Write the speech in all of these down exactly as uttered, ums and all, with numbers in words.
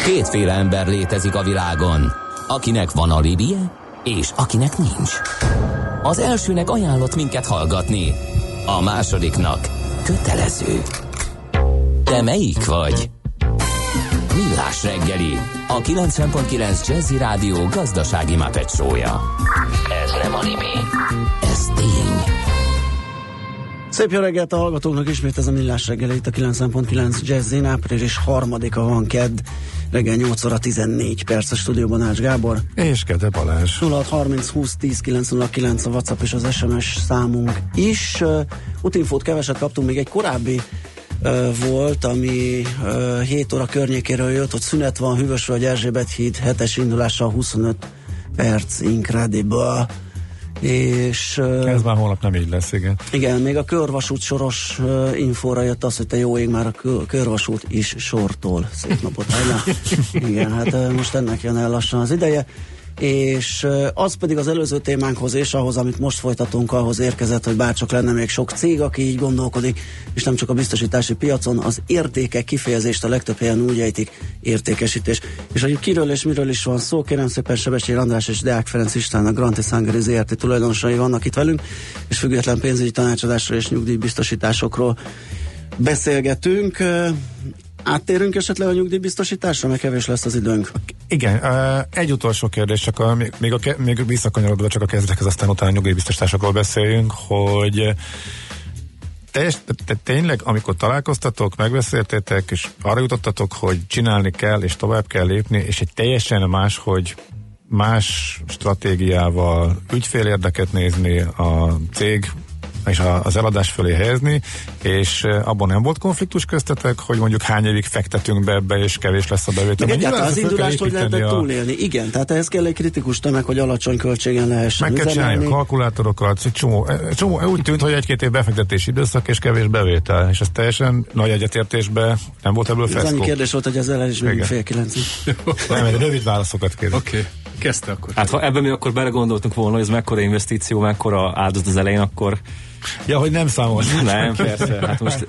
Kétféle ember létezik a világon, akinek van alibije, és akinek nincs. Az elsőnek ajánlott minket hallgatni, a másodiknak kötelező. Te melyik vagy? Millás reggeli, a kilencven pont kilenc Jazzy Rádió gazdasági Muppet show-ja. Ez nem anime, ez tény. Szép jó reggelt a hallgatóknak, ismét ez a Millás reggeli, itt a kilencven pont kilenc Jazzin, április harmadika van, kedd, reggel nyolc óra tizennégy perc, a stúdióban Ács Gábor. És Kede Balázs. nulla hat harminc húsz tíz kilenc nulla kilenc a WhatsApp és az es em es számunk is. Uh, útinfót keveset kaptunk, még egy korábbi uh, volt, ami uh, hét óra környékéről jött, hogy szünet van, Hűvösvölgy Erzsébet híd, hetes indulással huszonöt perc, incredible. És, ez már holnap nem így lesz, igen. Igen, még a körvasút soros uh, infóra jött az, hogy te jó ég, már a kör, körvasút is sortól. Szép napot, hajlá. Igen, hát uh, most ennek jön el lassan az ideje. És uh, az pedig az előző témánkhoz és ahhoz, amit most folytatunk, ahhoz érkezett, hogy bárcsak lenne még sok cég, aki így gondolkodik, és nem csak a biztosítási piacon, az értékek kifejezést a legtöbb helyen úgy ejtik, értékesítés. És hogy kiről és miről is van szó, kérem szépen Sebestyén András és Deák Ferenc István, a Grantis Hungary zé er té tulajdonosai vannak itt velünk, és független pénzügyi tanácsadásról és nyugdíjbiztosításokról beszélgetünk. Áttérünk esetleg a nyugdíjbiztosításra, mert kevés lesz az időnk. Igen, egy utolsó kérdés, csak a, még, a, még visszakanyarodva csak a kezdekhez, aztán utána a nyugdíjbiztosításokról beszéljünk, hogy te, te tényleg, amikor találkoztatok, megbeszéltétek, és arra jutottatok, hogy csinálni kell, és tovább kell lépni, és egy teljesen más, hogy más stratégiával ügyfélérdeket nézni, a cég és az eladás fölé helyezni, és abban nem volt konfliktus köztetek, hogy mondjuk hány évig fektetünk be ebbe, és kevés lesz a bevétel. Igen, egyáltalán az indulást, hogy lehetett a... túlélni. Igen, tehát ehhez kell egy kritikus tömeg, hogy alacsony költségen lehessen meg kell csinálni a kalkulátorokat, egy csomó, csomó, úgy tűnt, hogy egy-két év befektetési időszak, és kevés bevétel, és ez teljesen nagy egyetértésben nem volt ebből feszkó. Ez annyi kérdés volt, hogy ezzel el is még fél kilencig. Nem, de rövid válaszokat kérem. Oké. Okay. Kezdte akkor. Hát ha ebben mi akkor belegondoltunk volna, hogy ez mekkora investíció, mekkora áldozat az elején, akkor... Ja, hogy nem számolt. Nem, persze. Hát most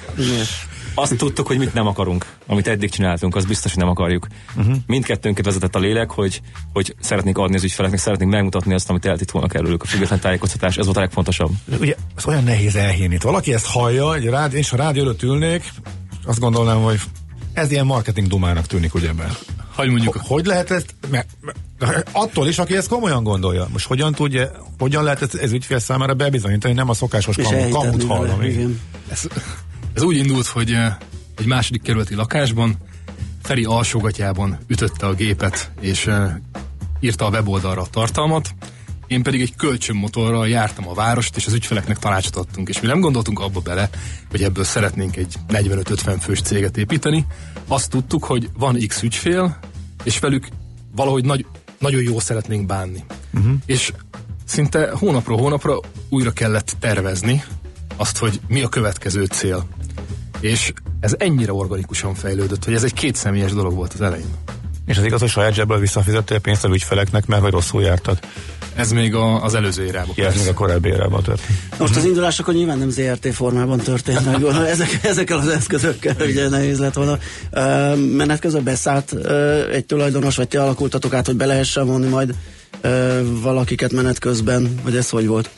azt tudtuk, hogy mit nem akarunk. Amit eddig csináltunk, az biztos, hogy nem akarjuk. Uh-huh. Mindkettőnket vezetett a lélek, hogy, hogy szeretnénk adni az ügyfeleknek, szeretnénk megmutatni azt, amit eltitolnak előlük. A független tájékoztatás, ez volt a legfontosabb. Ugye, ez olyan nehéz elhinni. Valaki ezt hallja, hogy rád, és ha rádió előtt ülnék, azt gondolnám, hogy ez ilyen marketing dumának tűnik, ugye ebben. Hogy mondjuk? H- hogy lehet ezt, mert, mert attól is, aki ezt komolyan gondolja. Most hogyan tudja, hogyan lehet ez, ez ügyfél számára bebizonyítani, nem a szokásos kamu, kamut hallom. Ez, ez úgy indult, hogy egy második kerületi lakásban Feri alsógatjában ütötte a gépet, és uh, írta a weboldalra a tartalmat, én pedig egy kölcsönmotorral jártam a várost, és az ügyfeleknek tanácsot adtunk, és mi nem gondoltunk abba bele, hogy ebből szeretnénk egy negyvenöt-ötven fős céget építeni. Azt tudtuk, hogy van X ügyfél, és velük valahogy nagy, nagyon jól szeretnénk bánni. Uh-huh. És szinte hónapról hónapra újra kellett tervezni azt, hogy mi a következő cél. És ez ennyire organikusan fejlődött, hogy ez egy kétszemélyes dolog volt az elején. És az igaz, hogy saját zsebből visszafizettél pénzt az ügyfeleknek, mert hogy rosszul jártad? Ez még a, az előző érában. Ja, ez még a korábbi érában történt. Most az indulás akkor nyilván nem zé er té formában történt, meg gondolom, ezek, ezekkel az eszközökkel ugye nehéz lett volna. Uh, menet közben beszállt uh, egy tulajdonos, vagy ti alakultatok át, hogy be lehessen vonni majd uh, valakiket menet közben, vagy ez hogy volt?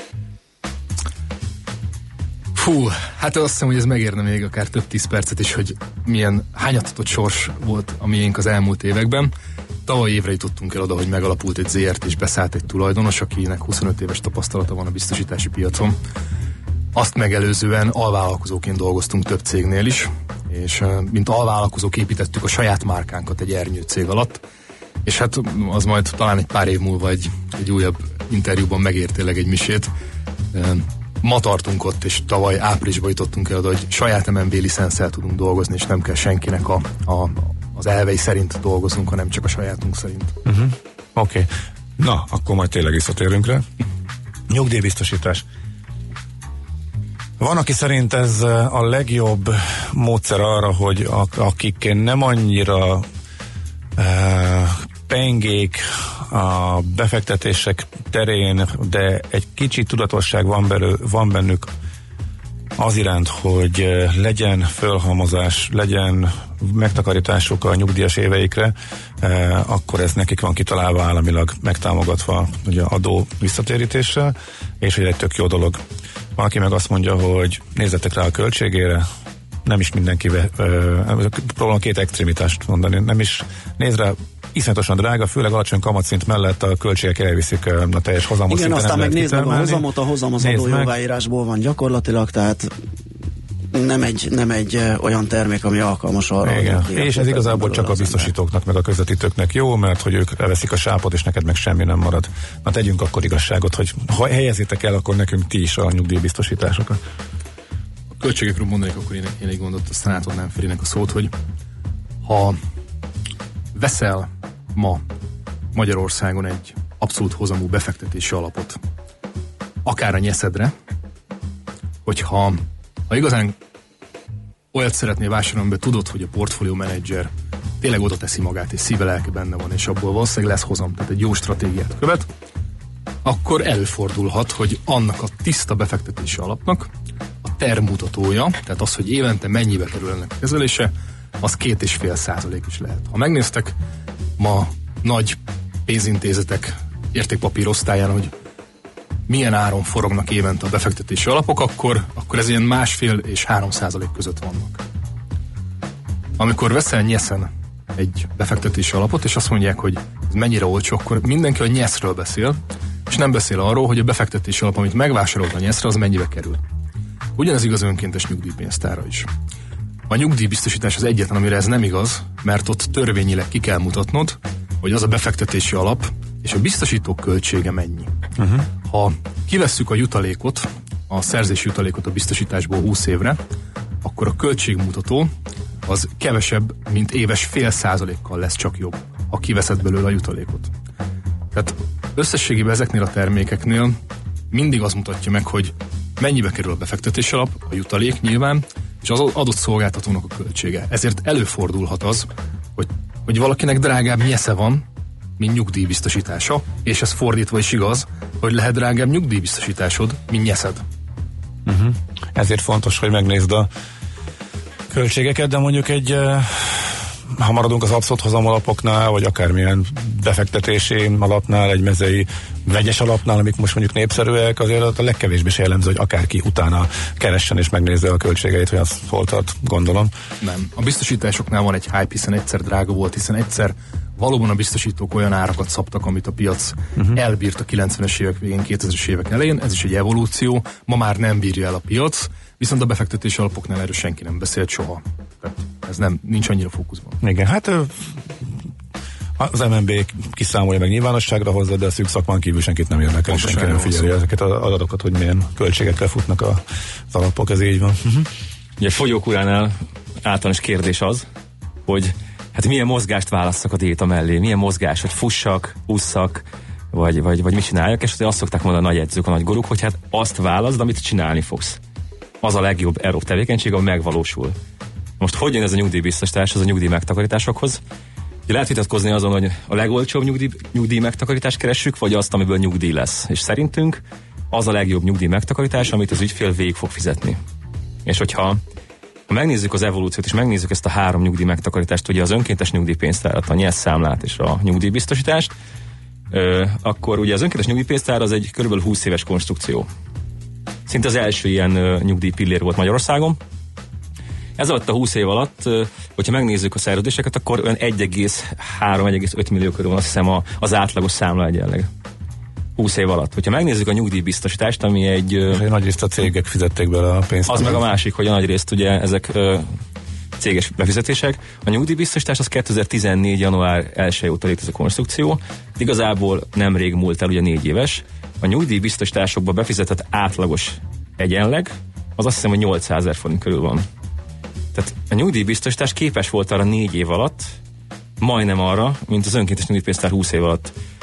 Fú, hát azt hiszem, hogy ez megérne még akár több tíz percet is, hogy milyen hányatatott sors volt a miénk az elmúlt években. Tavaly évre jutottunk el oda, hogy megalapult egy zé er té és beszállt egy tulajdonos, akinek huszonöt éves tapasztalata van a biztosítási piacon. Azt megelőzően alvállalkozóként dolgoztunk több cégnél is, és mint alvállalkozók építettük a saját márkánkat egy ernyő cég alatt, és hát az majd talán egy pár év múlva egy, egy újabb interjúban megér tényleg egy misét. Ma tartunk ott, és tavaly áprilisban jutottunk el oda, hogy saját em en bé licenszel tudunk dolgozni, és nem kell senkinek a, a, az elvei szerint dolgozunk, hanem csak a sajátunk szerint. Uh-huh. Oké. Okay. Na, akkor majd tényleg visszatérünk rá. Nyugdíjbiztosítás. Van, aki szerint ez a legjobb módszer arra, hogy akik nem annyira uh, pengék a befektetések terén, de egy kicsi tudatosság van, belő, van bennük az iránt, hogy legyen fölhalmozás, legyen megtakarításuk a nyugdíjas éveikre, eh, akkor ez nekik van kitalálva államilag megtámogatva ugye adó visszatérítéssel, és hogy egy tök jó dolog. Valaki meg azt mondja, hogy nézzetek rá a költségére, nem is mindenki, próbálom két extrémitást mondani, nem is nézd rá, iszonyatosan drága, főleg alacsony kamatszint mellett a költségek elviszik a teljes hozamot. Igen, aztán meg nézd meg a hozamot, a hozam az adójóváírásból van gyakorlatilag, tehát nem egy, nem egy olyan termék, ami alkalmas arra. Igen. És ez igazából csak a biztosítóknak, meg a közvetítőknek jó, mert hogy ők leveszik a sápot, és neked meg semmi nem marad. Na tegyünk akkor igazságot, hogy ha helyezitek el, akkor nekünk ti is a nyugdíjbiztosításokat. A költségekről mondanék, akkor én, én így gondolt, aztán átadnám Ferinek a szót, hogy ha veszel ma Magyarországon egy abszolút hozamú befektetési alapot, akár a nyeszedre, hogyha ha igazán olyat szeretnél vásárolni, mert tudod, hogy a portfólió menedzser tényleg oda teszi magát, és szíve lelke benne van, és abból valószínűleg lesz hozam, tehát egy jó stratégiát követ, akkor előfordulhat, hogy annak a tiszta befektetési alapnak a tervmutatója, tehát az, hogy évente mennyibe kerül ennek a kezelése, az két és fél százalék is lehet. Ha megnéztek ma nagy pénzintézetek értékpapírosztályán, hogy milyen áron forognak évente a befektetési alapok, akkor, akkor ez ilyen másfél és három százalék között vannak. Amikor veszel nyeszen egy befektetési alapot, és azt mondják, hogy ez mennyire olcsó, akkor mindenki a nyeszről beszél, és nem beszél arról, hogy a befektetési alap, amit megvásárolt a nyeszre, az mennyibe kerül. Ugyanez igaz önkéntes nyugdíjpénztárra is. A nyugdíjbiztosítás az egyetlen, amire ez nem igaz, mert ott törvényileg ki kell mutatnod, hogy az a befektetési alap és a biztosító költsége mennyi. Uh-huh. Ha kivesszük a jutalékot, a szerzési jutalékot a biztosításból húsz évre, akkor a költségmutató az kevesebb, mint éves fél százalékkal lesz csak jobb, ha kiveszed belőle a jutalékot. Tehát összességében ezeknél a termékeknél mindig az mutatja meg, hogy mennyibe kerül a befektetési alap, a jutalék nyilván, és az adott szolgáltatónak a költsége. Ezért előfordulhat az, hogy, hogy valakinek drágább nyesze van, mint nyugdíjbiztosítása, és ez fordítva is igaz, hogy lehet drágább nyugdíjbiztosításod, mint nyeszed. Uh-huh. Ezért fontos, hogy megnézd a költségeket, de mondjuk egy, ha maradunk az abszolút hozamalapoknál, vagy akármilyen befektetési alapnál, egy mezei vegyes alapnál, amik most mondjuk népszerűek, azért a legkevésbé se jellemző, hogy akárki utána keressen és megnézze a költségeit, hogy az hol tart, gondolom. Nem. A biztosításoknál van egy hype, hiszen egyszer drága volt, hiszen egyszer valóban a biztosítók olyan árakat szabtak, amit a piac uh-huh. elbírt a kilencvenes évek végén, kétezres évek elején, ez is egy evolúció, ma már nem bírja el a piac, viszont a befektetési alapoknál erről senki nem beszélt soha. Tehát ez nem, nincs annyira fókuszban. Igen, hát az em en bé kiszámolja meg nyilvánosságra hozzá, de a szűk szakmán kívül senkit nem érdekel, és senki nem figyeli ezeket az adatokat, hogy milyen költségekkel futnak az alapok, ez így van. Uh-huh. Ugye a folyókúránál általános kérdés az, hogy hát milyen mozgást válasszak a diéta mellé, milyen mozgás, hogy fussak, ússzak, vagy, vagy, vagy mit csináljak, és azt szokták mondani a nagy edzők, a nagy guruk, hogy hát azt válaszd, amit csinálni fogsz. Az a legjobb aerob tevékenység, ami megvalósul. Most hogy jön ez a nyugdíjbiztosítás az a nyugdíj megtakarításokhoz? Lehet vitatkozni azon, hogy a legolcsóbb nyugdíj, nyugdíj megtakarítást keressük, vagy azt, amiből nyugdíj lesz. És szerintünk az a legjobb nyugdíj megtakarítás, amit az ügyfél végig fog fizetni. És hogyha ha megnézzük az evolúciót, és megnézzük ezt a három nyugdíj megtakarítást, ugye az önkéntes nyugdíjpénztárat, a nyesz számlát és a nyugdíjbiztosítást, ö, akkor ugye az önkéntes nyugdíjpénztár az egy kb. húsz éves konstrukció. Szinte az első ilyen ö, nyugdíjpillér volt Magyarországon. Ez alatt a húsz év alatt, ö, hogyha megnézzük a szerződéseket, akkor olyan egy egész három - egy egész öt millió körül van, azt hiszem a, az átlagos számla egyenleg. húsz év alatt. Hogyha megnézzük a nyugdíjbiztosítást, ami egy... Ö, nagy részt a cégek fizették bele a pénzt. Az meg a másik, hogy a nagy részt ugye ezek ö, céges befizetések. A nyugdíjbiztosítás az kétezer-tizennégy. január elseje óta létező konstrukció. Igazából nemrég múlt el, ugye négy éves. A nyugdíjbiztosításokba befizetett átlagos egyenleg, az azt hiszem, hogy nyolcszázezer forint körül van. Tehát a nyugdíjbiztosítás képes volt arra négy év alatt, majdnem arra, mint az önkéntes nyugdíjpénztár húsz év alatt.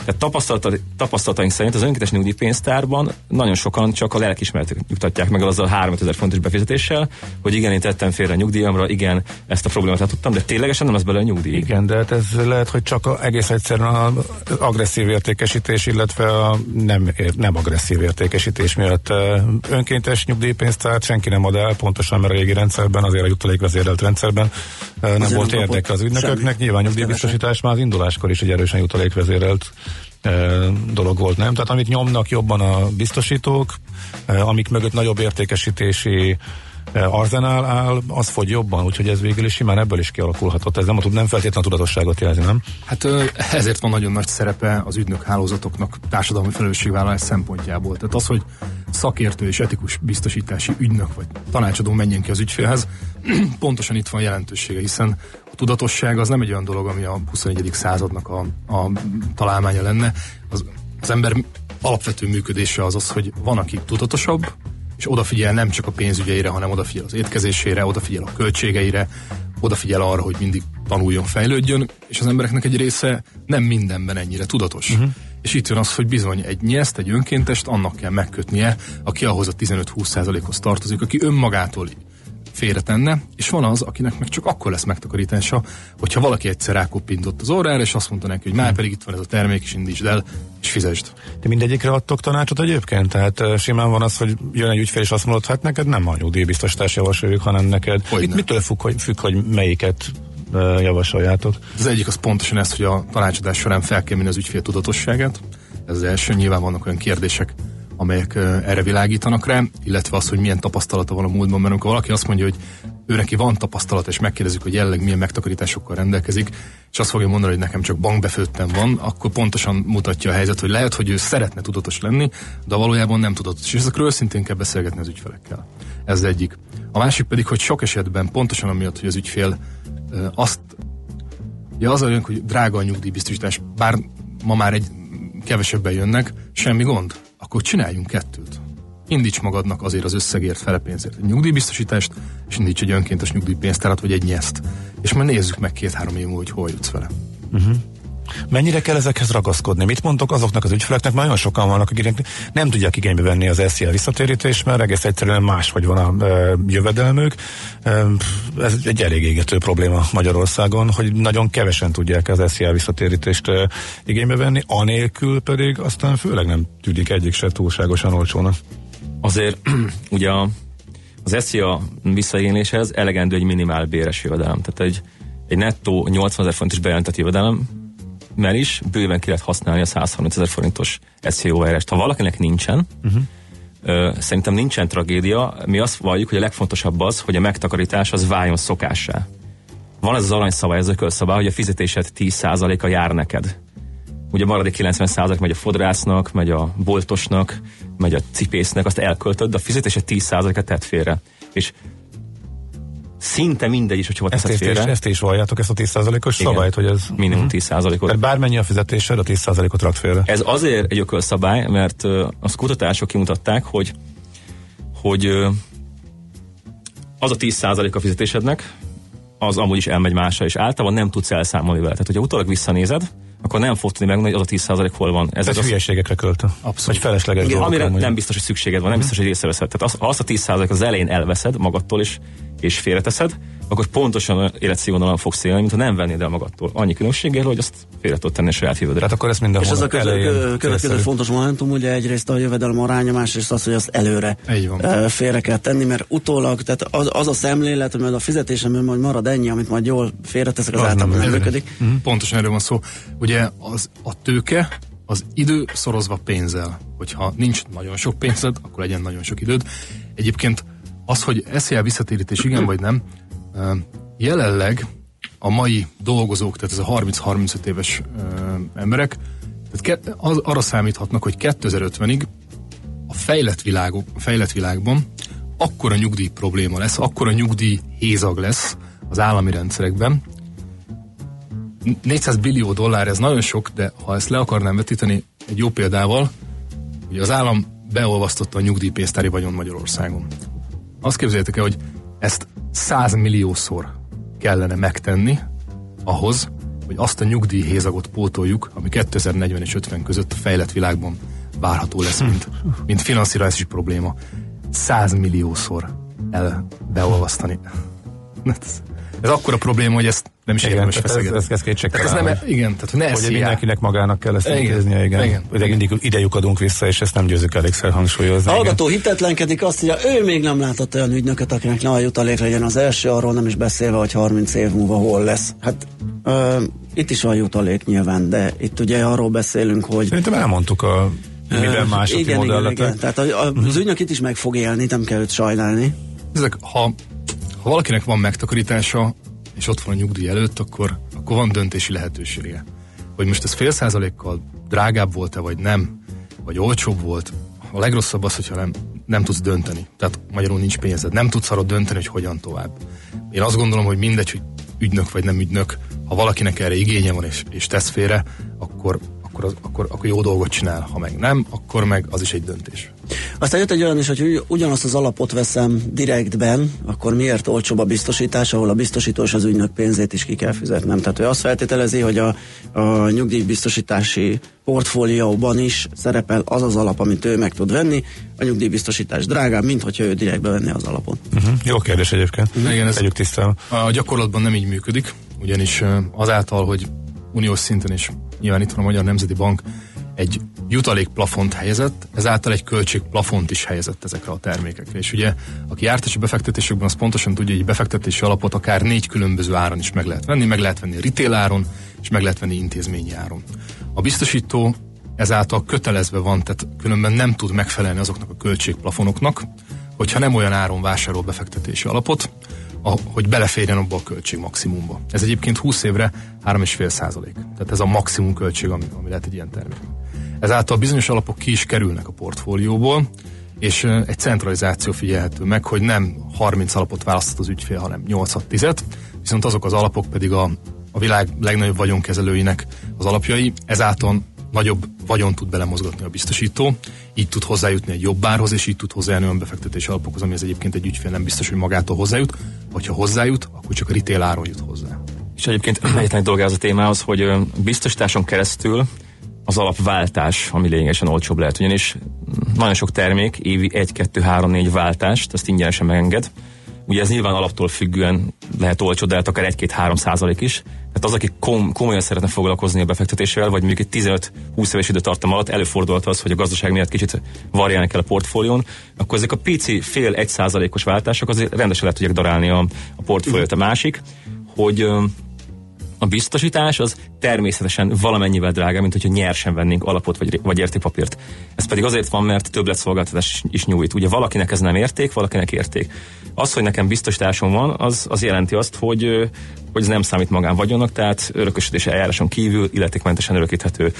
Tehát tapasztalat, tapasztalataink szerint az önkéntes nyugdíjpénztárban nagyon sokan csak a lelkiismeretüket nyugtatják meg azzal a háromezer fontos befizetéssel, hogy igen, én tettem félre a nyugdíjamra, igen, ezt a problémát átudtam, de ténylegesen nem lesz belőle nyugdíj. Igen, de hát ez lehet, hogy csak a, egész egyszerűen az agresszív értékesítés, illetve a nem, nem agresszív értékesítés miatt önkéntes nyugdíjpénztárt senki nem ad el, pontosan mert a régi rendszerben, azért a jutalékvezérelt rendszerben nem azért volt érdeke az ügynököknek. Semmi. Nyilván nyugdíjbiztosítás már az induláskor is egy erősen jutalékvezérelt e, dolog volt, nem? Tehát amit nyomnak jobban a biztosítók, e, amik mögött nagyobb értékesítési arzenál áll, az fogy jobban, úgyhogy ez végül is simán ebből is kialakulhatott. Ez nem, nem feltétlenül tudatosságot jelzi, nem? Hát ezért van nagyon nagy szerepe az ügynök hálózatoknak társadalmi felelősségvállalás szempontjából. Tehát az, hogy szakértő és etikus biztosítási ügynök vagy tanácsadó menjen ki az ügyfélhez, pontosan itt van jelentősége, hiszen a tudatosság az nem egy olyan dolog, ami a huszonegyedik századnak a, a találmánya lenne. Az, az ember alapvető működése az az, hogy van, aki tudatosabb, és odafigyel nem csak a pénzügyeire, hanem odafigyel az étkezésére, odafigyel a költségeire, odafigyel arra, hogy mindig tanuljon, fejlődjön, és az embereknek egy része nem mindenben ennyire tudatos. Uh-huh. És itt jön az, hogy bizony egy nyeszt, egy önkéntest annak kell megkötnie, aki ahhoz a tizenöt-húsz százalékhoz tartozik, aki önmagától félretenne, és van az, akinek meg csak akkor lesz megtakarítása, hogyha valaki egyszer rákoppintott az orrára, és azt mondta neki, hogy már pedig itt van ez a termék, és indítsd el, és fizesd. De mindegyikre adtok tanácsot egyébként? Tehát simán van az, hogy jön egy ügyfél, és azt mondod, hát neked nem a nyugdíjbiztosítás javasoljuk, hanem neked. Mit, mitől függ hogy, függ, hogy melyiket javasoljátok? Az egyik az pontosan ez, hogy a tanácsadás során fel kell menni az ügyfél tudatosságát. Ez az első, nyilván vannak olyan kérdések, amelyek erre világítanak rá, illetve az, hogy milyen tapasztalata van a múltban, mert amikor valaki azt mondja, hogy ő neki van tapasztalat, és megkérdezik, hogy jelenleg milyen megtakarításokkal rendelkezik, és azt fogja mondani, hogy nekem csak bankbefőttem van, akkor pontosan mutatja a helyzet, hogy lehet, hogy ő szeretne tudatos lenni, de valójában nem tudatos. És ezekről őszintén kell beszélgetni az ügyfelekkel. Ez az egyik. A másik pedig, hogy sok esetben pontosan amiatt, hogy az ügyfél azt, ja, az olyan, hogy drága a nyugdíjbiztosítás, bár ma már egy kevesebben jönnek, semmi gond, akkor csináljunk kettőt. Indíts magadnak azért az összegért, fele pénzért egy nyugdíjbiztosítást, és indíts egy önkéntes nyugdíjpénztárat, vagy egy nyeszt. És majd nézzük meg két-három év múlva, hogy hol jutsz vele. Uh-huh. Mennyire kell ezekhez ragaszkodni? Mit mondtok azoknak az ügyfeleknek? Nagyon sokan vannak, akik nem tudják igénybe venni az es zé el visszatérítést, mert egész egyszerűen máshogy van a e, jövedelmük. E, ez egy elég égető probléma Magyarországon, hogy nagyon kevesen tudják az es zé el visszatérítést e, igénybe venni, anélkül pedig aztán főleg nem tűnik egyik se túlságosan olcsónak. Azért ugye az es zé el visszaigényléshez elegendő egy minimál béres jövedelem. Tehát egy, egy nettó nyolcvanezer forintos bejelentett jövedelem, mert is bőven ki lehet használni a százharmincezer forintos es zé o er est. Ha valakinek nincsen, uh-huh. ö, szerintem nincsen tragédia, mi azt valljuk, hogy a legfontosabb az, hogy a megtakarítás az váljon szokássá. Van ez az aranyszabály, ez a közszabály, hogy a fizetésed tíz százaléka jár neked. Ugye maradék kilencven százalék megy a fodrásznak, megy a boltosnak, megy a cipésznek, azt elköltöd, de a fizetésed tíz százaléka tett félre. És szinte mindegy is, hogy hova teszed félre. Ezt is valljátok, ezt a tíz százalékos szabályt, hogy ez... Minimum uh-huh. tíz százalékot. Tehát bármennyi a fizetésed, a tíz százalékot rakt félre. Ez azért egy ökölszabály, mert uh, az kutatások kimutatták, hogy, hogy uh, az a tíz százalék a fizetésednek, az amúgy is elmegy másra, és általában nem tudsz elszámolni vele. Tehát, hogyha utólag visszanézed, akkor nem fog tudni megmondani, hogy az a tíz százalék hol van. Ez Tehát hülyeségekre költő. Abszolút. Vagy felesleges dolgokra. Amire mondjuk. nem biztos, hogy szükséged van, nem biztos, hogy észreveszed. Tehát az, ha azt a tíz százalékot az elején elveszed magadtól is, és félreteszed, akkor pontosan életszínvonalon fogsz élni, mint ha nem vennéd el magadtól. Annyi különbséggel, hogy azt félre tudod tenni a saját jövődre. Tehát akkor ezt minden és ez a következő fontos momentum, ugye egyrészt a jövedelem aránya, másrészt az, hogy azt előre félre kell tenni, mert utólag, tehát az, az a szemlélet, hogy majd a fizetésem majd marad ennyi, amit majd jól félreteszek, az, az általában nem működik. Mm. Pontosan erről van szó. Ugye az, a tőke, az idő szorozva pénzzel. Hogyha nincs nagyon sok pénzed, akkor legyen nagyon sok időd. Egyébként az, hogy es zé el visszatérítés igen vagy nem, jelenleg a mai dolgozók, tehát ez a harminc-harmincöt éves emberek, tehát ke- az, arra számíthatnak, hogy kétezer-ötvenig a fejlett, világok, a fejlett világban akkora nyugdíj probléma lesz, akkora nyugdíj hézag lesz az állami rendszerekben. négyszáz billió dollár, ez nagyon sok, de ha ezt le akarnám vetíteni egy jó példával, ugye az állam beolvasztotta a nyugdíjpénztári vagyon Magyarországon. Azt képzeljétek el, hogy ezt száz milliószor kellene megtenni ahhoz, hogy azt a nyugdíjhézagot pótoljuk, ami kétezer-negyven és ötven között a fejlett világban várható lesz, mint, mint finanszírozási probléma. százmilliószor el beolvasztani. Ez, ez akkora probléma, hogy ezt nem is érdemes feszegetni. Ez, ez, ez kétségtelen. Ez nem, igen, tehát hogy ne hogy mindenkinek magának kell ezt intéznie, igen. igen. igen. Mindig ide lyukadunk vissza, és ezt nem győzük elégszer hangsúlyozni. A hallgató hitetlenkedik, azt mondja, ő még nem látott olyan ügynököt, akinek ne a jutalék legyen az első, arról nem is beszélve, hogy harminc év múlva hol lesz. Hát ö, itt is van jutalék nyilván, de itt ugye arról beszélünk, hogy... Szerintem elmondtuk a miben mások igen, modelletek. Igen, igen. Tehát a, a, az ügynök itt is meg fog élni, nem kell őt sajnálni. Ezek, ha, ha valakinek van megtakarítása, és ott van a nyugdíj előtt, akkor, akkor van döntési lehetősége. Hogy most ez fél százalékkal drágább volt-e, vagy nem, vagy olcsóbb volt. A legrosszabb az, hogyha nem, nem tudsz dönteni. Tehát magyarul nincs pénzed. Nem tudsz arra dönteni, hogy hogyan tovább. Én azt gondolom, hogy mindegy, hogy ügynök vagy nem ügynök, ha valakinek erre igénye van, és, és tesz félre, akkor Akkor, az, akkor, akkor jó dolgot csinál, ha meg nem, akkor meg az is egy döntés. Aztán jött egy olyan is, hogy ugyanazt az alapot veszem direktben, akkor miért olcsóbb a biztosítás, ahol a biztosító és az ügynök pénzét is ki kell fizetnem. Tehát ő azt feltételezi, hogy a, a nyugdíjbiztosítási portfólióban is szerepel az az alap, amit ő meg tud venni. A nyugdíjbiztosítás drágább, mint hogyha ő direktbe venné az alapot. Uh-huh. Jó kérdés egyébként. Igen, ez tegyük tisztában. A gyakorlatban nem így működik, ugyanis azáltal, hogy uniós szinten is nyilván itt van a Magyar Nemzeti Bank egy jutalékplafont helyezett, ezáltal egy költségplafont is helyezett ezekre a termékekre. És ugye, aki jártas befektetésekben, az pontosan tudja, hogy egy befektetési alapot akár négy különböző áron is meg lehet venni, meg lehet venni retail áron, és meg lehet venni intézményi áron. A biztosító ezáltal kötelezve van, tehát különben nem tud megfelelni azoknak a költségplafonoknak, hogyha nem olyan áron vásárol befektetési alapot, a, hogy beleférjen abba a költség maximumba. Ez egyébként húsz évre három egész öt százalék. Tehát ez a maximum költség, ami, ami lehet egy ilyen termék. Ezáltal bizonyos alapok ki is kerülnek a portfólióból, és egy centralizáció figyelhető meg, hogy nem harminc alapot választott az ügyfél, hanem nyolc-tíz, viszont azok az alapok pedig a, a világ legnagyobb vagyonkezelőinek az alapjai, ezáltal nagyobb vagyon tud belemozgatni a biztosító, így tud hozzájutni egy jobb árhoz, és így tud hozzájönni olyan befektetési alapokhoz, ami ez egyébként egy ügyfél nem biztos, hogy magától hozzájut, vagy ha hozzájut, akkor csak a retail áron jut hozzá. És egyébként egyetlen egy dolog az a témához, hogy biztosításon keresztül az alapváltás, ami lényegesen olcsóbb lehet, ugyanis nagyon sok termék évi egy, kettő, három, négy váltást, azt ingyenesen megenged. Ugye ez nyilván alaptól függően lehet olcsó, de hát akár egy-két-három százalék is. Tehát az, aki kom- komolyan szeretne foglalkozni a befektetésével, vagy mondjuk egy tizenöt-húsz éves időtartam alatt előfordulhat az, hogy a gazdaság miatt kicsit variálni kell a portfólión, akkor ezek a pici fél egy százalékos váltások azért rendesen le tudják darálni a, a portfóliót. A másik, hogy a biztosítás az természetesen valamennyivel drágább, mint hogyha nyersen vennénk alapot vagy, vagy értékpapírt. Ez pedig azért van, mert többletszolgáltatás is nyújt. Ugye valakinek ez nem érték, valakinek érték. Az, hogy nekem biztosításom van, az, az jelenti azt, hogy, hogy ez nem számít magánvagyonnak, tehát örökösödési eljáráson kívül illetékmentesen örökíthető,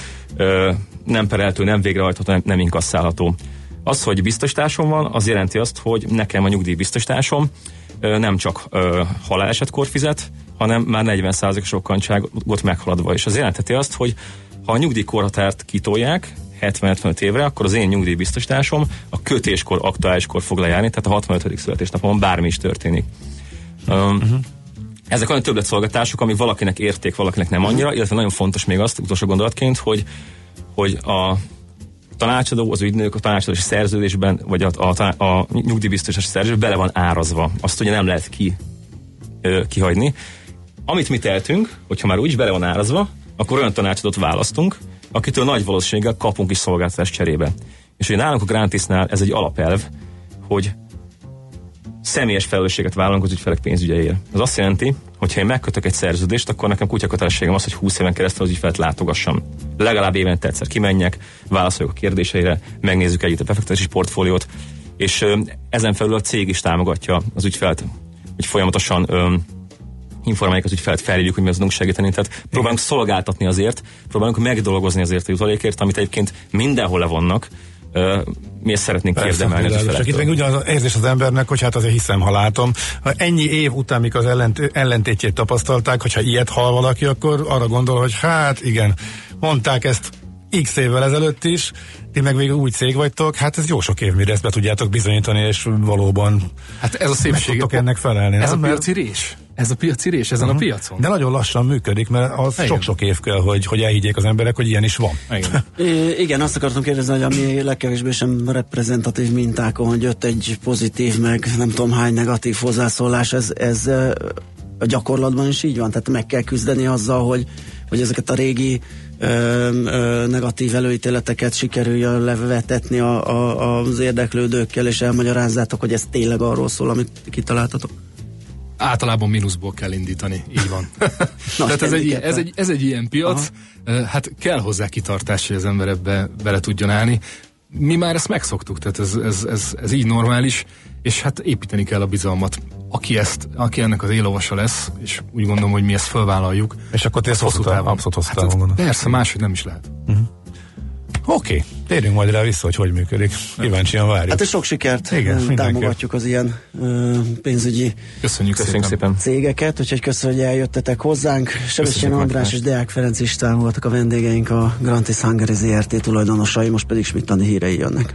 nem pereltő, nem végrehajtható, nem, nem inkasszálható. Az, hogy biztosításom van, az jelenti azt, hogy nekem a nyugdíjbiztosításom nem csak halálesetkor fizet, hanem már negyven százalékos rokkantságot meghaladva. És az jelentheti azt, hogy ha a nyugdíjkorhatárt kitolják hetven-hetvenöt évre, akkor az én nyugdíjbiztosításom a kötéskor, aktuáliskor fog lejárni, tehát a hatvanötödik születésnapon bármi is történik. Um, uh-huh. Ezek olyan többletszolgáltatások, ami valakinek érték, valakinek nem annyira, illetve nagyon fontos még azt, utolsó gondolatként, hogy, hogy a tanácsadó, az ügynök a tanácsadási szerződésben, vagy a, a, a nyugdíjbiztosítási szerződésben bele van árazva. Azt ugye nem lehet ki, ö, kihagyni. Amit mi tehetünk, hogyha már úgy bele van árazva, akkor olyan tanácsadót választunk, akitől nagy valószínűséggel kapunk is szolgáltatást cserébe. És ugye nálunk a Grantisnál ez egy alapelv, hogy személyes felelősséget vállalunk az ügyfelek pénzügyeiért. Ez azt jelenti, hogy ha én megkötök egy szerződést, akkor nekem kutyakötelességem az, hogy húsz éven keresztül az ügyfelet látogassam. Legalább évente egyszer kimenjek, válaszoljak a kérdéseire, megnézzük együtt a befektetési portfóliót, és ö, ezen felül a cég is támogatja az ügyfelt, hogy folyamatosan ö, informáljuk az ügyfelt, felhívjuk, hogy mi az tudunk segíteni. Tehát próbálunk szolgáltatni azért, próbálunk megdolgozni azért a jutalékért, amit egyébként mindenhol levonnak. Uh, mi ezt szeretnénk érdemelni az ügyfelektől. Csak itt meg ugyanaz az érzés az embernek, hogy hát azért hiszem, ha látom. Ha ennyi év után, mikor az ellent, ellentétjét tapasztalták, hogyha ilyet hall valaki, akkor arra gondol, hogy hát igen, mondták ezt x évvel ezelőtt is, ti meg végül új cég vagytok, hát ez jó sok év, mire ezt be tudjátok bizonyítani, és valóban hát ez a szépség, ennek felelni. Ez nem? a piaci rés. Ez a piacirés, ezen uh-huh. a piacon. De nagyon lassan működik, mert az igen. sok-sok év kell, hogy, hogy elhiggyék az emberek, hogy ilyen is van. Igen. I- igen, azt akartam kérdezni, hogy ami legkevésbé sem reprezentatív mintákon, hogy jött egy pozitív, meg nem tudom hány negatív hozzászólás, ez, ez a gyakorlatban is így van? Tehát meg kell küzdeni azzal, hogy, hogy ezeket a régi Ö, ö, negatív előítéleteket sikerüljön levetetni a, a, az érdeklődőkkel, és elmagyarázzátok, hogy ez tényleg arról szól, amit kitaláltatok? Általában mínuszból kell indítani, így van. Tehát ez egy, ez, egy, ez egy ilyen piac, aha. Hát kell hozzá kitartás, hogy az ember ebbe bele tudjon állni. Mi már ezt megszoktuk, tehát ez, ez, ez, ez így normális, és hát építeni kell a bizalmat. Aki, ezt, aki ennek az élovasa lesz, és úgy gondolom, hogy mi ezt felvállaljuk. És akkor te ezt hosszú távon, abszolút hosszú távon hát, gondolom. Persze, máshogy nem is lehet. Uh-huh. Oké, okay. Térjünk majd rá vissza, hogy hogy működik. Kíváncsian várjuk. Hát és sok sikert. Igen, támogatjuk az ilyen uh, pénzügyi Köszönjük, Köszönjük szépen. cégeket, úgyhogy köszönöm, hogy eljöttetek hozzánk. Sebestyén András és Deák Ferenc István voltak a vendégeink, a Grantis Hungary zé er té tulajdonosai, most pedig Schmidt-Andi hírei jönnek.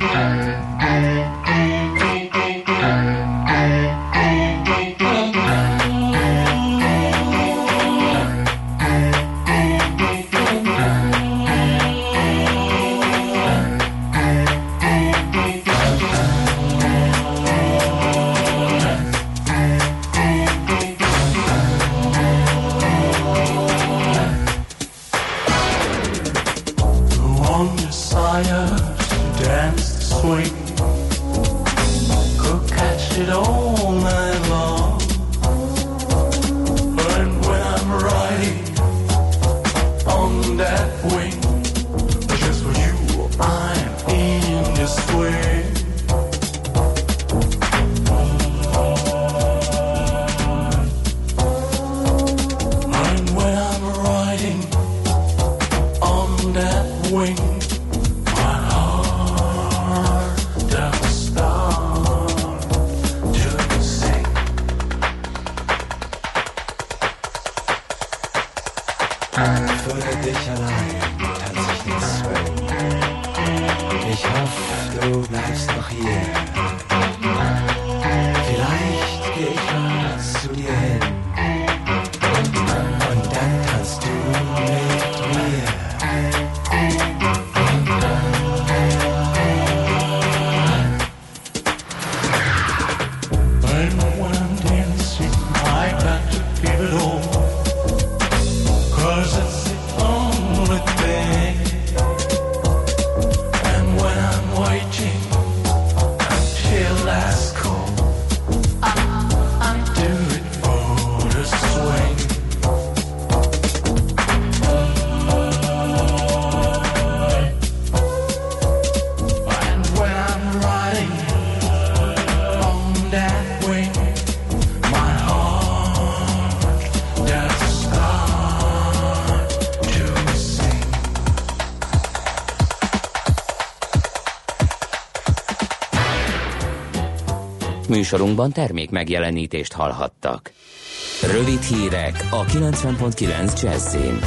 Műsorunkban termék megjelenítést hallhattak. Rövid hírek a kilencven pont kilenc Jazzin.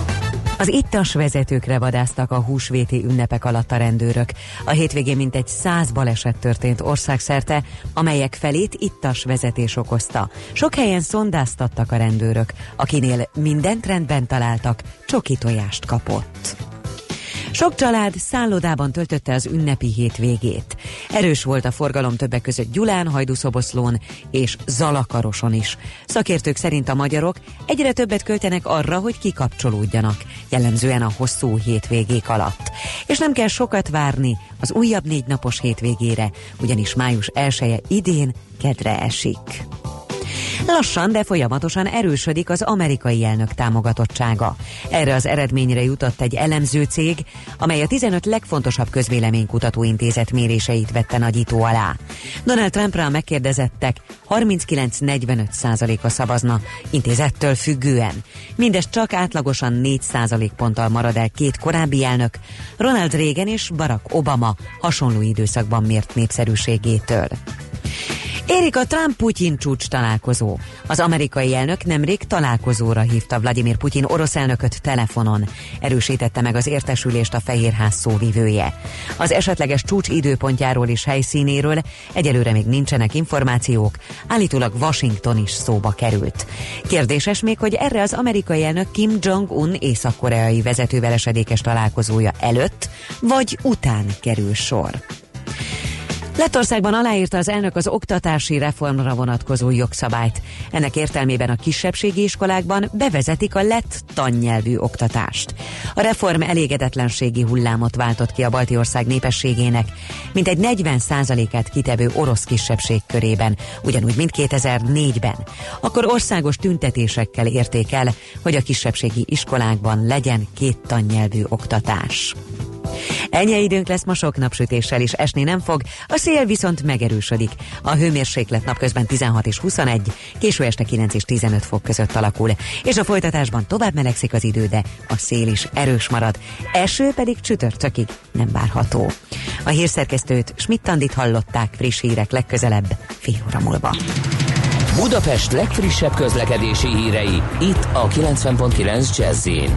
Az ittas vezetőkre vadásztak a húsvéti ünnepek alatt a rendőrök. A hétvégén mintegy száz baleset történt országszerte, amelyek felét ittas vezetés okozta. Sok helyen szondáztattak a rendőrök, akinél mindent rendben találtak, csoki tojást kapott. Sok család szállodában töltötte az ünnepi hétvégét. Erős volt a forgalom többek között Gyulán, Hajdúszoboszlón és Zalakaroson is. Szakértők szerint a magyarok egyre többet költenek arra, hogy kikapcsolódjanak, jellemzően a hosszú hétvégék alatt. És nem kell sokat várni az újabb négy napos hétvégére, ugyanis május elseje idén kedre esik. Lassan, de folyamatosan erősödik az amerikai elnök támogatottsága. Erre az eredményre jutott egy elemző cég, amely a tizenöt legfontosabb közvéleménykutató intézet méréseit vette nagyító alá. Donald Trumpra a megkérdezettek harminckilenc-negyvenöt százaléka szavazna, intézettől függően. Mindez csak átlagosan négy százalékponttal marad el két korábbi elnök, Ronald Reagan és Barack Obama hasonló időszakban mért népszerűségétől. Érik a Trump-Putyin csúcs találkozó. Az amerikai elnök nemrég találkozóra hívta Vladimir Putyin orosz elnököt telefonon. Erősítette meg az értesülést a Fehérház szóvivője. Az esetleges csúcs időpontjáról és helyszínéről egyelőre még nincsenek információk, állítólag Washington is szóba került. Kérdéses még, hogy erre az amerikai elnök Kim Jong-un észak-koreai vezetővel esedékes találkozója előtt vagy után kerül sor. Lettországban aláírta az elnök az oktatási reformra vonatkozó jogszabályt. Ennek értelmében a kisebbségi iskolákban bevezetik a lett tannyelvű oktatást. A reform elégedetlenségi hullámot váltott ki a balti ország népességének, mintegy negyven százalékát kitevő orosz kisebbség körében, ugyanúgy, mint kétezer-négyben. Akkor országos tüntetésekkel érték el, hogy a kisebbségi iskolákban legyen két tannyelvű oktatás. Ennyi időnk lesz ma, sok napsütéssel is esni nem fog, a szél viszont megerősödik. A hőmérséklet napközben tizenhat és huszonegy, késő este kilenc és tizenöt fok között alakul, és a folytatásban tovább melegszik az idő, de a szél is erős marad. Eső pedig csütörtökig nem várható. A hírszerkesztőt, Schmidt-Tandit hallották, friss hírek legközelebb, fél óra múlva. Budapest legfrissebb közlekedési hírei, itt a kilencven pont kilenc Jazz-in.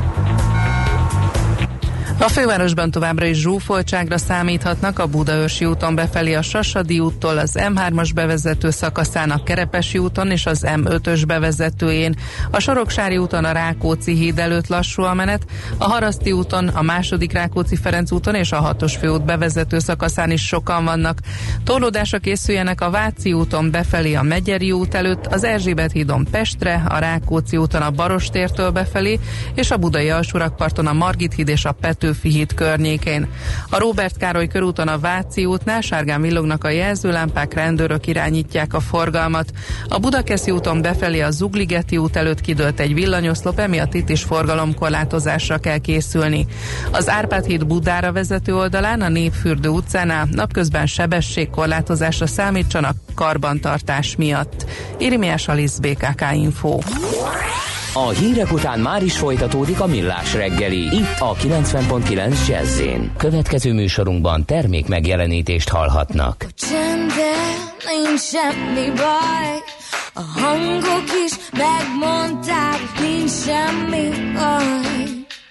A fővárosban továbbra is zsúfoltságra számíthatnak a Budaörsi úton befelé a Sasadi úttól, az em hármas bevezető szakaszán, a Kerepesi úton és az em ötös bevezetőjén. A Soroksári úton a Rákóczi híd előtt lassú a menet, a Haraszti úton, a második Rákóczi-Ferenc úton és a hatos főút bevezető szakaszán is sokan vannak. Torlódásra készüljenek a Váci úton befelé a Megyeri út előtt, az Erzsébet hídon Pestre, a Rákóczi úton a Barostértől befelé és a Budai Alsórakparton a Margit híd és a Petőfi híd környékén. A Róbert Károly körúton a Váci útnál sárgán villognak a jelzőlámpák, rendőrök irányítják a forgalmat. A Budakeszi úton befelé a Zugligeti út előtt kidőlt egy villanyoszlop, emiatt itt is forgalomkorlátozásra kell készülni. Az Árpád híd Budára vezető oldalán, a Népfürdő utcánál napközben sebességkorlátozásra számítsanak karbantartás miatt. Irimiás Alisz, bé ká ká Info. A hírek után már is folytatódik a Millás reggeli, itt a kilencven pont kilenc Jazz-in. Következő műsorunkban termék megjelenítést hallhatnak. Csendben nincs semmi baj, a hangok is megmondták, nincs semmi baj.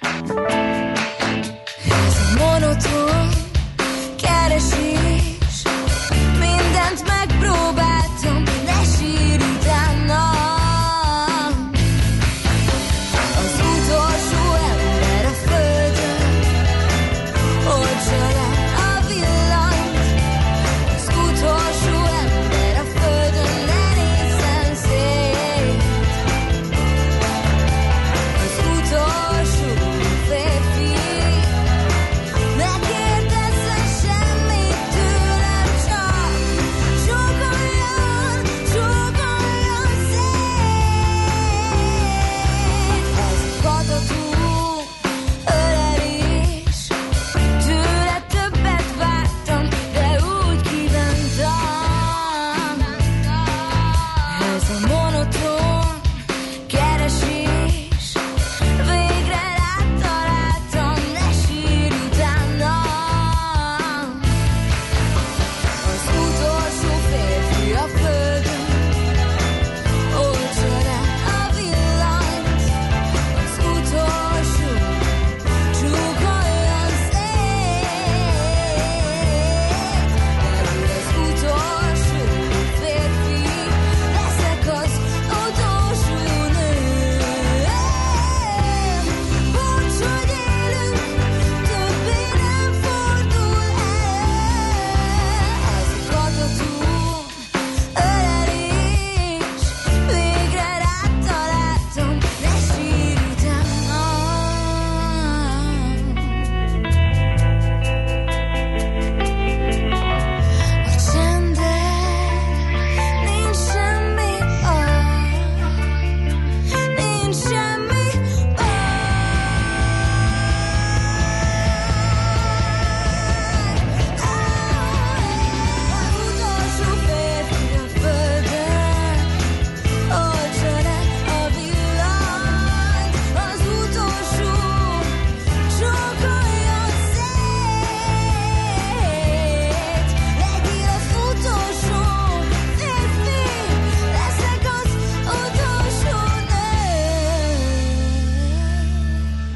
Ez a monoton keresés, mindent megpróbáltam, de sír utána. Az utolsó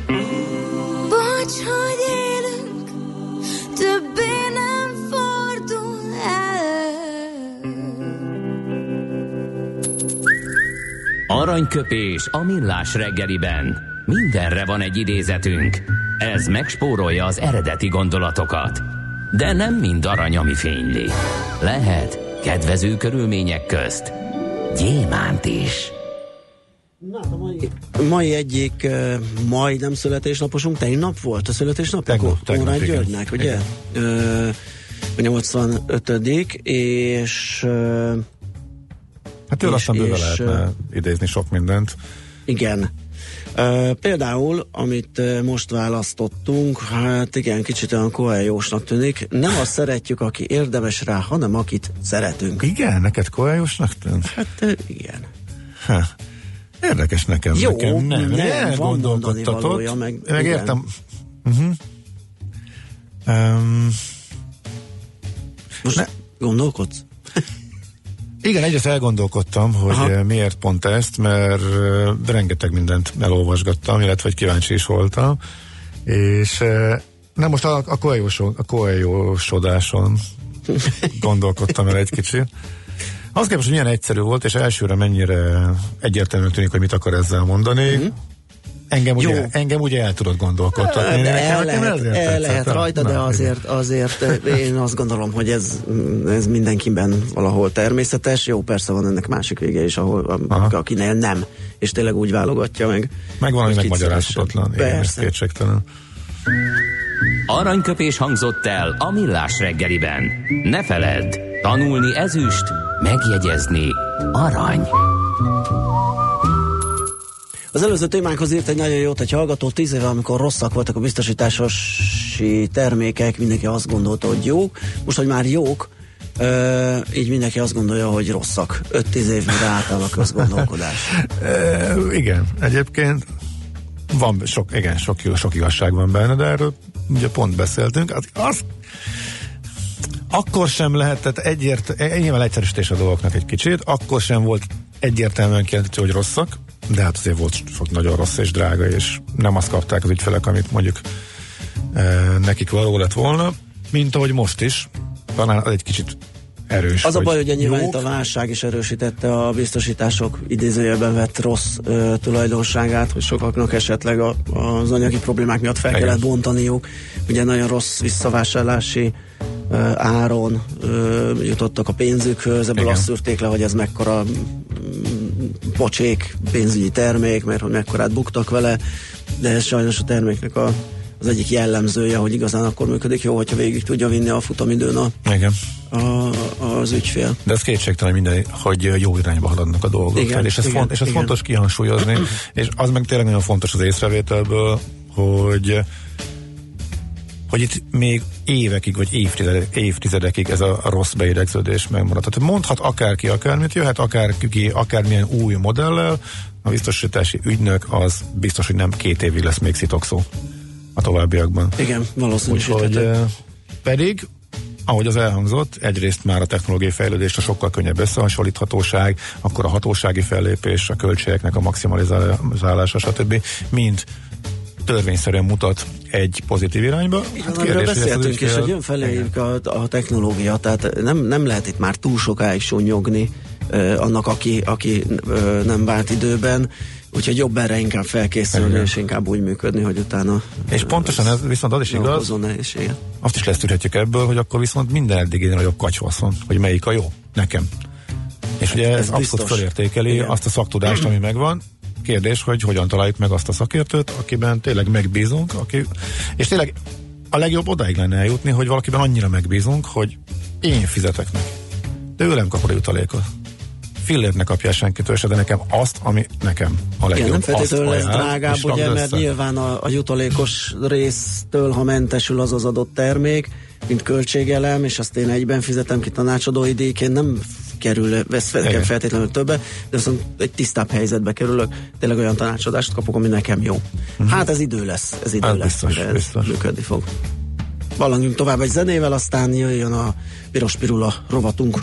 Bocs, hogy élünk, többé nem fordul elő. Aranyköpés a millás reggeliben. Mindenre van egy idézetünk. Ez megspórolja az eredeti gondolatokat. De nem mind arany, ami fényli. Lehet kedvező körülmények közt gyémánt is. Na, a mai, mai egyik uh, majdnem születésnaposunk, tegnap volt a születésnap? Tegnap, tegnap, Órány igen. Györgynek, ugye? Uh, a nyolcvanötödik és uh, Hát ő aztán bőve és, lehetne uh, idézni sok mindent. igen. Uh, például, amit uh, most választottunk, hát igen, kicsit olyan Coelho-snak tűnik. Nem azt szeretjük, aki érdemes rá, hanem akit szeretünk. Igen, neked Coelho-snak tűnt? Hát uh, igen. Ha. Érdekes nekem. Jó, nekem nem, nem, van mondani gondolkodtatott. valója, meg, meg igen. értem. Uh-huh. Um, Most ne. gondolkodsz? Igen, egyrészt elgondolkodtam, hogy Aha. miért pont ezt, mert uh, rengeteg mindent elolvasgattam, illetve hogy kíváncsi is voltam, és uh, nem most a, a Coelho- a Coelho-sodáson gondolkodtam el egy kicsit. Az képest, hogy milyen egyszerű volt, és elsőre mennyire egyértelműen tűnik, hogy mit akar ezzel mondani. Mm-hmm. Engem, ugye, engem ugye el tudod gondolkodtatni. De Nekem- el nekem lehet, ezért el tetszett. lehet rajta, de Na, azért, azért én azt gondolom, hogy ez, ez mindenkiben valahol természetes. Jó, persze van ennek másik vége is, ahol Aha. akinél nem, és tényleg úgy válogatja meg. meg van, ami hogy megmagyarázhatatlan. Igen, ez Persze. kétségtelen. Aranyköpés hangzott el a millás reggeliben. Ne feledd, tanulni ezüst, megjegyezni arany. Az előző témánkhoz írt egy nagyon jót egy hallgató, tíz éve, amikor rosszak voltak a biztosítási termékek, mindenki azt gondolta, hogy jók. Most, hogy már jók, ö, így mindenki azt gondolja, hogy rosszak. öt-tíz év mire átáll a közgondolkodás. E, igen, egyébként van sok, igen, sok, sok igazság van benne, de erről ugye pont beszéltünk. Az, az akkor sem lehetett egyért, nyilván egyszerűsítés a dolgoknak egy kicsit, akkor sem volt egyértelműen kijelenthető, hogy rosszak, de hát azért volt sok nagyon rossz és drága, és nem azt kapták az ügyfelek, amit mondjuk e, nekik való lett volna, mint ahogy most is. Talán az egy kicsit erős. Az a baj, hogy nyilván jók. itt a válság is erősítette a biztosítások idézőjelben vett rossz ö, tulajdonságát, hogy sokaknak esetleg a, az anyagi problémák miatt fel Igen. kellett bontaniuk. Ugye nagyon rossz visszavásárlási ö, áron ö, jutottak a pénzükhöz, ebből Igen. azt szűrték le, hogy ez mekkora mm, pocsék pénzügyi termék, mert hogy mekkorát buktak vele, de ez sajnos a terméknek a az egyik jellemzője, hogy igazán akkor működik jó, hogyha végig tudja vinni a futamidőn a, Igen. a, az ügyfél. De ez kétségtelen minden, hogy jó irányba haladnak a dolgok. Igen, és ez, igen, font, és ez igen. fontos kihangsúlyozni, és az meg tényleg nagyon fontos az észrevételből, hogy hogy itt még évekig, vagy évtizedek, évtizedekig ez a rossz beidegződés megmaradt. Tehát mondhat akárki akármit, jöhet akárki, akármilyen új modellel, a biztosítási ügynök az biztos, hogy nem két évig lesz még szitokszó a továbbiakban. Igen, Úgyhogy valószínűsíthető. eh, pedig, ahogy az elhangzott, egyrészt már a technológiai fejlődés, a sokkal könnyebb összehasonlíthatóság, akkor a hatósági fellépés, a költségeknek a maximalizálása, stb. Mind törvényszerűen mutat egy pozitív irányba. Hát amiről beszéltünk is, hogy jön feléjük a, a technológia, tehát nem, nem lehet itt már túl sokáig sunyogni uh, annak, aki, aki uh, nem vált időben, úgyhogy jobb erre inkább felkészülni, Igen. és inkább úgy működni, hogy utána És pontosan ez viszont az is igaz, azt is leszűrhetjük ebből, hogy akkor viszont minden eddig nagyobb kacsvasz van, hogy melyik a jó, nekem. És ugye ez, ez ez abszolút biztos. felértékeli Igen. azt a szaktudást, ami megvan. Kérdés, hogy hogyan találjuk meg azt a szakértőt, akiben tényleg megbízunk, aki, és tényleg a legjobb odáig lenne eljutni, hogy valakiben annyira megbízunk, hogy én fizetek neki. De ő nem kap a jutalékot. Fillért ne kapjál senkitől se, de nekem azt, ami nekem a legjobb. Igen, nem feltétlenül lesz ajánl, drágább, és ugye, rakd mert össze. nyilván a, a jutalékos résztől, ha mentesül az az adott termék, mint költségelem, és azt én egyben fizetem ki tanácsadói díjként, nem kerül, vesz fel, feltétlenül többe, de viszont egy tisztább helyzetbe kerülök, tényleg olyan tanácsadást kapok, ami nekem jó. Uh-huh. Hát ez idő lesz, ez idő Hát lesz, biztos, mire ez biztos. működni fog. Valangjunk tovább egy zenével, aztán jöjjön a Piros Pirula rovatunk.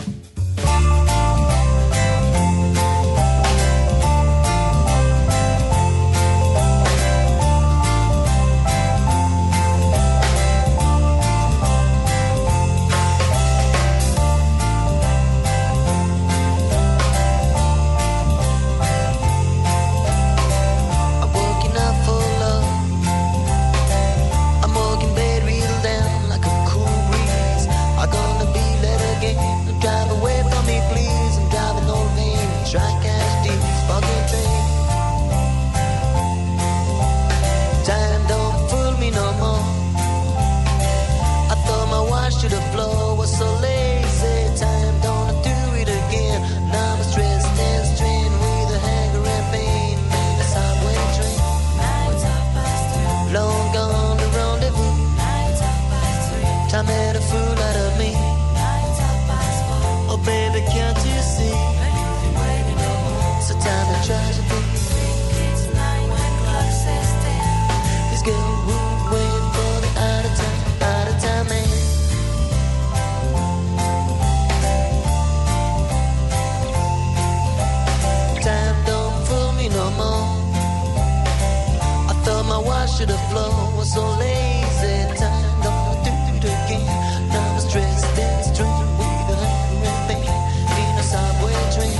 to the floor. Was so lazy, time don't do it again. Now I'm stressed and strained with a pain in a subway train.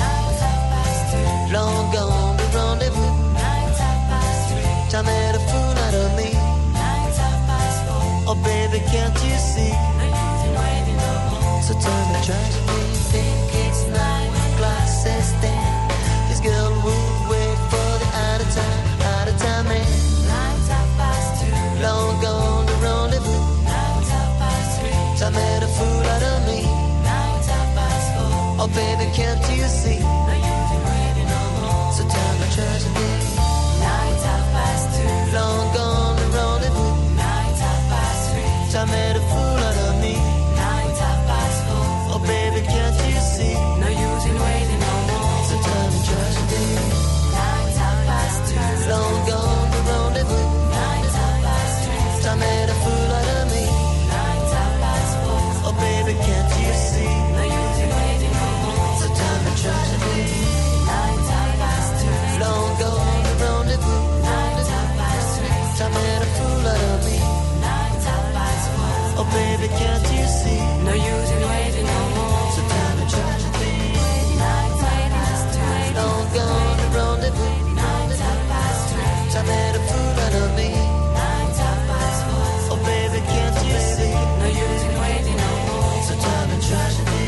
Long gone the rendezvous. Time made a fool out of me. Oh baby, can't you see? So turn the trash me, think it's nine glasses then. This girl will wait for the out of time, out of time man. Long gone the rendezvous. Time made a fool out of me. Oh baby, can't you see? So turn the trash me. Long gone the rendezvous. Time made a fool out of me. Oh baby, can't you see? No use in waiting no more. So time and tragedy. Long gone the rendezvous. Time made a fool out of me. Oh baby, can't you see? No use in waiting no more. So time and tragedy. Long gone the rendezvous. Time made a fool out of me. Oh baby, can't you see? No use in waiting no more. So time and tragedy. Long gone the rendezvous. Time made a fool out of me. Oh baby, can't you see? No use in waiting no more. So time and tragedy.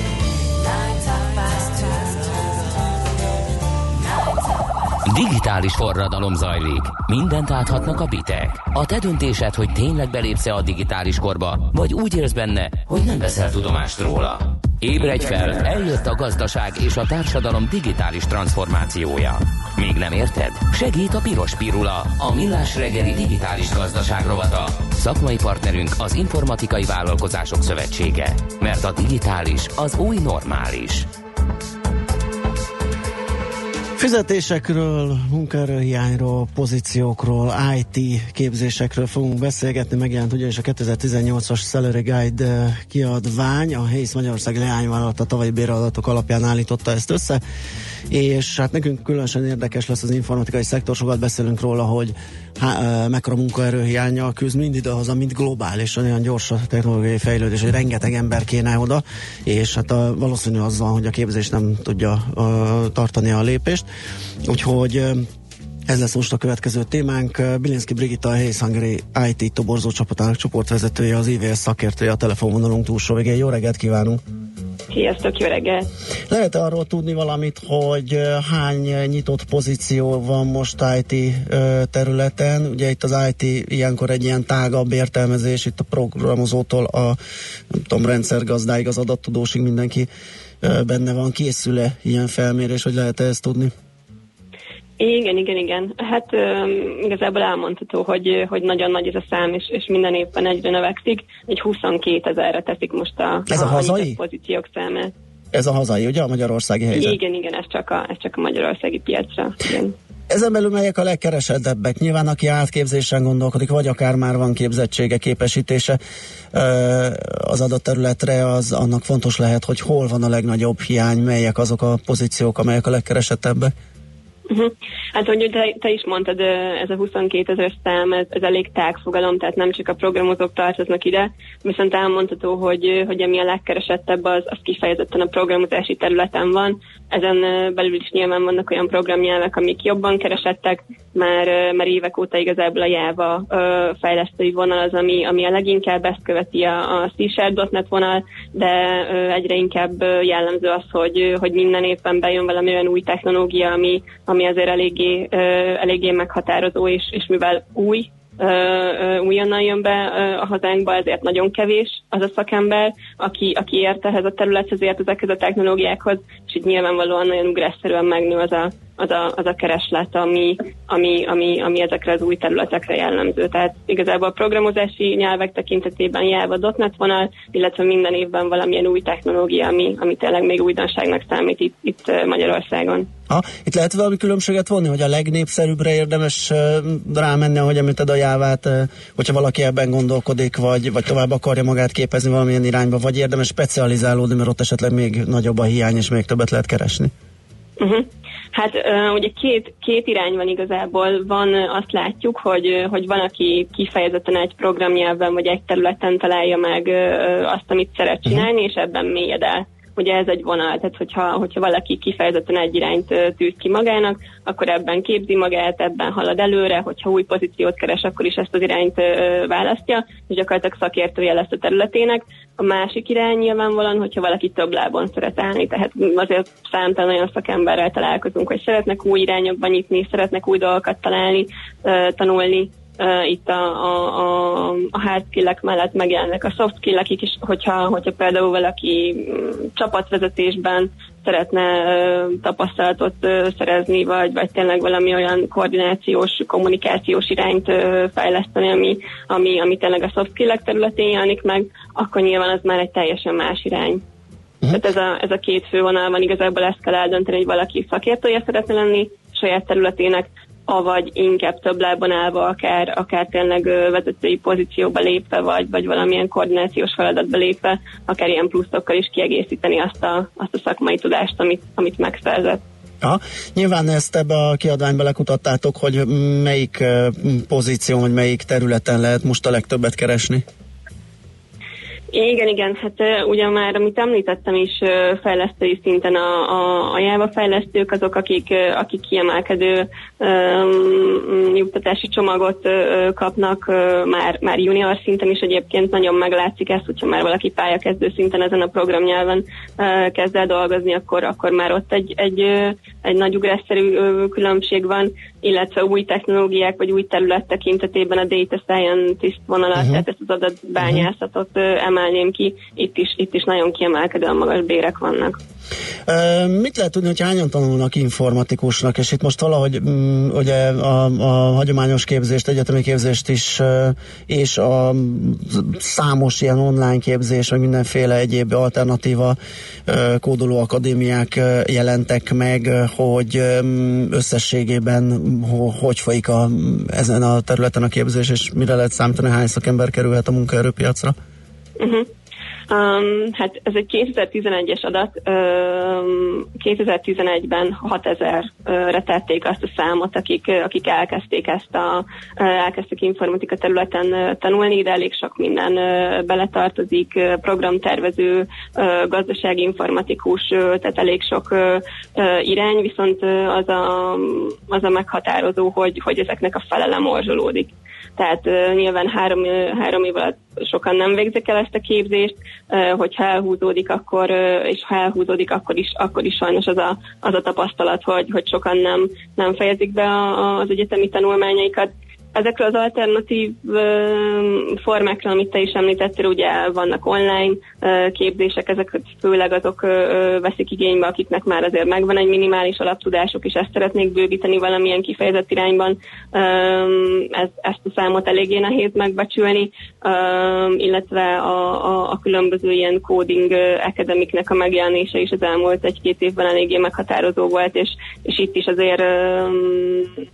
Digitális forradalom zajlik. Mindent áthatnak a bitek. A te döntésed, hogy tényleg belépsz-e a digitális korba, vagy úgy érsz benne, hogy nem veszel tudomást róla. Ébredj fel, eljött a gazdaság és a társadalom digitális transformációja. Még nem érted? Segít a Piros Pirula, a Millás reggeli digitális gazdaság rovata. Szakmai partnerünk az Informatikai Vállalkozások Szövetsége. Mert a digitális az új normális. Fizetésekről, munkaerőhiányról, pozíciókról, i té képzésekről fogunk beszélgetni, megjelent ugyanis a kétezer-tizennyolcas Salary Guide kiadvány, a Hayes Magyarország leányvállalata tavalyi béradatok alapján állította ezt össze, és hát nekünk különösen érdekes lesz az informatikai szektor, sokat beszélünk róla, hogy há, mekkora munkaerőhiánnyal küzd mind idehaza, mind globálisan, olyan gyors a technológiai fejlődés, hogy rengeteg ember kéne oda, és hát a, valószínű az van, hogy a képzés nem tudja a, tartani a lépést. Úgyhogy ez lesz most a következő témánk. Bilinszki Brigitta, a Hayes Hungary i té toborzó csapatának csoportvezetője, az i vé es szakértője a telefonvonalunk túlsó végén. Jó reggelt kívánunk! Sziasztok, jó reggelt! Lehet arról tudni valamit, hogy hány nyitott pozíció van most i té területen? Ugye itt az i té ilyenkor egy ilyen tágabb értelmezés, itt a programozótól a nem tudom, rendszergazdáig, az adattudósig mindenki benne van. Készül-e ilyen felmérés, hogy lehet-e ezt tudni? Igen, igen, igen. Hát um, igazából elmondható, hogy, hogy nagyon nagy ez a szám, és, és minden évben egyre növekszik. Egy huszonkétezerre teszik most a, ez a, a hazai pozíciók számát. Ez a hazai, ugye? A magyarországi helyzet? Igen, igen, ez csak a, ez csak a magyarországi piacra. Igen. Ezen belül melyek a legkeresettebbek? Nyilván, aki átképzésen gondolkodik, vagy akár már van képzettsége, képesítése az adott területre, az annak fontos lehet, hogy hol van a legnagyobb hiány, melyek azok a pozíciók, amelyek a legkeresettebbek? Uh-huh. Hát, hogy te, te is mondtad, ez a huszonkétezer szám, ez, ez elég tágfogalom, tehát nem csak a programozók tartoznak ide, viszont elmondható, hogy, hogy ami a legkeresettebb, az, az kifejezetten a programozási területen van. Ezen belül is nyilván vannak olyan programnyelvek, amik jobban keresettek, már, már évek óta igazából a Java fejlesztői vonal az, ami, ami a leginkább ezt követi a, a C-Sharp dot net vonal, de egyre inkább jellemző az, hogy, hogy minden évben bejön valami olyan új technológia, ami, ami azért eléggé, eléggé meghatározó, és, és mivel új, újonnan jön be a hazánkba, ezért nagyon kevés az a szakember, aki, aki ért ehhez a területhez, ért ezekhez a technológiákhoz, és így nyilvánvalóan nagyon ugrásszerűen megnő az a, az a, az a kereslet, ami, ami, ami, ami ezekre az új területekre jellemző. Tehát igazából a programozási nyelvek tekintetében Java dot net vonal, illetve minden évben valamilyen új technológia, ami, ami tényleg még újdonságnak számít itt, itt Magyarországon. Ha, itt lehet valami különbséget vonni, hogy a legnépszerűbbre érdemes uh, rámenni, ahogy említed a Jávát, uh, hogyha valaki ebben gondolkodik, vagy, vagy tovább akarja magát képezni valamilyen irányba, vagy érdemes specializálódni, mert ott esetleg még nagyobb a hiány, és még többet lehet keresni? Uh-huh. Hát uh, ugye két, két irány van igazából. Van, azt látjuk, hogy, hogy van, aki kifejezetten egy programnyelven vagy egy területen találja meg uh, azt, amit szeret csinálni, és ebben mélyed el. Ugye ez egy vonal, tehát hogyha, hogyha valaki kifejezetten egy irányt uh, tűz ki magának, akkor ebben képzi magát, ebben halad előre, hogyha új pozíciót keres, akkor is ezt az irányt uh, választja, és gyakorlatilag szakértője lesz a területének. A másik irány nyilvánvalóan, hogyha valaki több lábon szeret állni, tehát azért számtalan olyan szakemberrel találkozunk, hogy szeretnek új irányokba nyitni, szeretnek új dolgokat találni, uh, tanulni. Uh, itt a, a, a, a hard skill-ek mellett megjelennek a soft skill-ek is, hogyha, hogyha például valaki um, csapatvezetésben szeretne uh, tapasztalatot uh, szerezni, vagy, vagy tényleg valami olyan koordinációs, kommunikációs irányt uh, fejleszteni, ami, ami, ami tényleg a soft skill-ek területén jelenik meg, akkor nyilván az már egy teljesen más irány. Uh-huh. Tehát ez a, ez a két fővonal van, igazából ezt kell eldönteni, hogy valaki szakértője szeretne lenni saját területének, avagy inkább több lábon állva, akár, akár tényleg vezetői pozícióba lépve, vagy, vagy valamilyen koordinációs feladatba lépve, akár ilyen pluszokkal is kiegészíteni azt a, azt a szakmai tudást, amit, amit megszerzett. Aha. Nyilván ezt ebbe a kiadványba lekutattátok, hogy melyik pozíció, vagy melyik területen lehet most a legtöbbet keresni? Igen, igen, hát uh, ugyan már, amit említettem is, uh, fejlesztői szinten a, a, a Java fejlesztők azok, akik, uh, akik kiemelkedő um, juttatási csomagot uh, kapnak, uh, már, már junior szinten is egyébként nagyon meglátszik ezt, hogyha már valaki pályakezdő szinten ezen a programnyelven uh, kezd el dolgozni, akkor, akkor már ott egy, egy, uh, egy nagy ugrásszerű uh, különbség van, illetve új technológiák vagy új terület tekintetében a data scientist vonalat, uh-huh. tehát ezt az adatbányászatot uh, emelném ki, itt is, itt is nagyon kiemelkedően magas bérek vannak. Uh, mit lehet tudni, hogy hányan tanulnak informatikusnak, és itt most valahogy um, ugye a, a hagyományos képzést, egyetemi képzést is, uh, és a számos ilyen online képzés, vagy mindenféle egyéb alternatíva uh, kódoló akadémiák uh, jelentek meg, hogy um, összességében ho, hogy folyik a, ezen a területen a képzés, és mire lehet számítani, hány szakember kerülhet a munkaerőpiacra? Uh-huh. Um, hát ez egy kétezer-tizenegyes adat, um, kétezer-tizenegyben hatezerre tették azt a számot, akik, akik elkezdték ezt a, elkezdték informatika területen tanulni, de elég sok minden beletartozik, programtervező, gazdasági informatikus, tehát elég sok irány, viszont az a, az a meghatározó, hogy, hogy ezeknek a felele morzsolódik. Tehát uh, nyilván három, uh, három év alatt sokan nem végzik el ezt a képzést, uh, hogyha elhúzódik, akkor, uh, és ha elhúzódik, akkor is, akkor is sajnos az a, az a tapasztalat, hogy, hogy sokan nem, nem fejezik be a, az egyetemi tanulmányaikat. Ezekről az alternatív uh, formákról, amit te is említettél, ugye vannak online uh, képzések, ezek főleg azok uh, veszik igénybe, akiknek már azért megvan egy minimális alaptudásuk, és ezt szeretnék bővíteni valamilyen kifejezett irányban. Um, ez, ezt a számot eléggé nehéz megbecsülni, um, illetve a, a, a különböző ilyen coding akademiknek a megjelenése is az elmúlt egy-két évben eléggé meghatározó volt, és, és itt is azért um,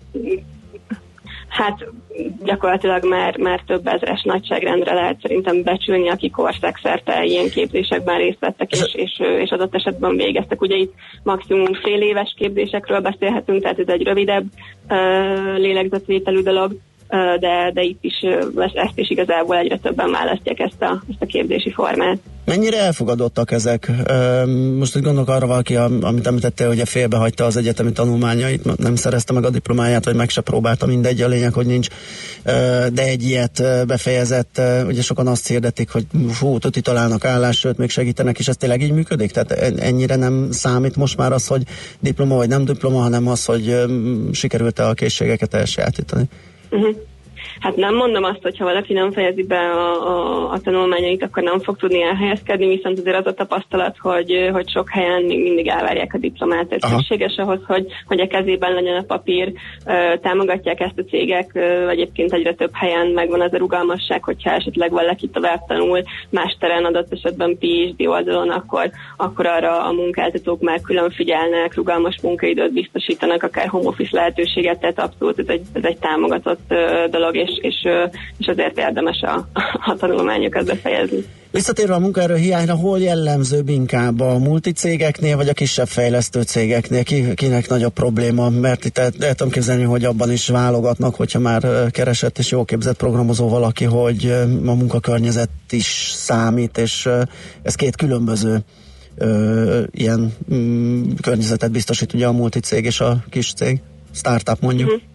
hát gyakorlatilag már, már több ezres nagyságrendre lehet szerintem becsülni, akik országszerte ilyen képzésekben részt vettek, és, és, és adott esetben végeztek. Ugye itt maximum fél éves képzésekről beszélhetünk, tehát ez egy rövidebb uh, lélegzetvételű dolog, uh, de, de itt is uh, ezt is igazából egyre többen választják ezt a, ezt a képzési formát. Mennyire elfogadottak ezek? Most úgy gondolok arra valaki, amit említettél, hogy félbehagyta az egyetemi tanulmányait, nem szerezte meg a diplomáját, vagy meg se próbálta, mindegy, a lényeg, hogy nincs, de egy ilyet befejezett, ugye sokan azt hirdetik, hogy fú, tuti találnak állást, sőt, még segítenek, és ez tényleg így működik? Tehát ennyire nem számít most már az, hogy diploma vagy nem diploma, hanem az, hogy sikerült-e a készségeket elsajátítani? Uh-huh. Hát nem mondom azt, hogy ha valaki nem fejezi be a, a, a tanulmányait, akkor nem fog tudni elhelyezkedni, viszont azért az a tapasztalat, hogy, hogy sok helyen még mindig elvárják a diplomát. Ez szükséges ahhoz, hogy, hogy a kezében legyen a papír, támogatják ezt a cégek, egyébként egyre több helyen megvan az a rugalmasság, hogyha esetleg valaki tovább tanul más terén, adott esetben pé há dé oldalon, akkor, akkor arra a munkáltatók már külön figyelnek, rugalmas munkaidőt biztosítanak, akár home office lehetőséget, tehát abszolút ez egy, ez egy támogatott dolog, és, és, és azért érdemes a, a tanulmányokat befejezni. Visszatérve a munkaerő hiányra, hol jellemzőbb inkább a multicégeknél, vagy a kisebb fejlesztő cégeknél? Ki, kinek nagyobb probléma? Mert itt el, el tudom képzelni, hogy abban is válogatnak, hogyha már keresett és jól képzett programozó valaki, hogy a munkakörnyezet is számít, és ez két különböző ö, ilyen mm, környezetet biztosít ugye a multicég és a kis cég, startup mondjuk. Uh-huh.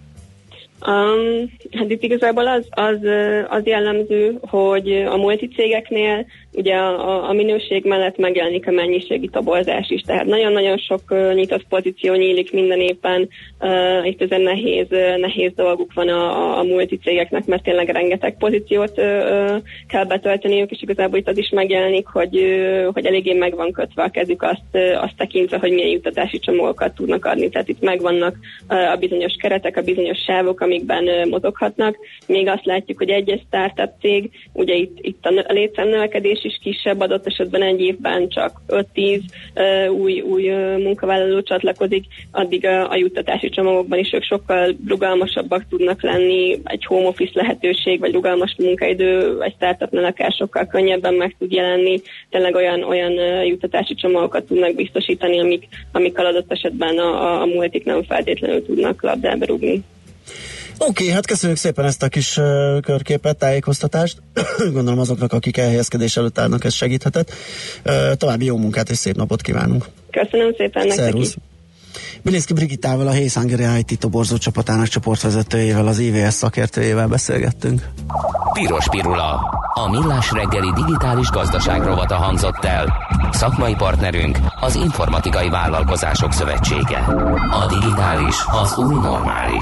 Um, hát itt igazából az, az, az jellemző, hogy a multicégeknél ugye a, a minőség mellett megjelenik a mennyiségi toborzás is, tehát nagyon-nagyon sok uh, nyitott pozíció nyílik minden évben, uh, itt ezen nehéz, uh, nehéz dolguk van a, a multicégeknek, mert tényleg rengeteg pozíciót uh, kell betölteniük, és igazából itt az is megjelenik, hogy, uh, hogy eléggé meg van kötve a kezük azt, uh, azt tekintve, hogy milyen juttatási csomókat tudnak adni, tehát itt megvannak uh, a bizonyos keretek, a bizonyos sávok, amikben uh, mozoghatnak. Még azt látjuk, hogy egy startup cég, ugye itt, itt a létszámnövekedés is kisebb, adott esetben egy évben csak öt-tíz uh, új, új uh, munkavállaló csatlakozik, addig a, a juttatási csomagokban is ők sokkal rugalmasabbak tudnak lenni, egy home office lehetőség, vagy rugalmas munkaidő egy startupnál akár sokkal könnyebben meg tud jelenni, tényleg olyan, olyan uh, juttatási csomagokat tudnak biztosítani, amik, amikkel adott esetben a, a multik nem feltétlenül tudnak labdába rúgni. Oké, okay, hát köszönjük szépen ezt a kis uh, körképet, tájékoztatást. Gondolom azoknak, akik elhelyezkedés előtt állnak, ez segíthetett. Uh, további jó munkát és szép napot kívánunk. Köszönöm szépen nektek is. Bilinszki Brigittával, a Hész Hungary i té toborzó csapatának csoportvezetőjével, az i vé es szakértőjével beszélgettünk. Piros Pirula. A millás reggeli digitális gazdaság rovata hangzott el. Szakmai partnerünk az Informatikai Vállalkozások Szövetsége. A digitális az új normális.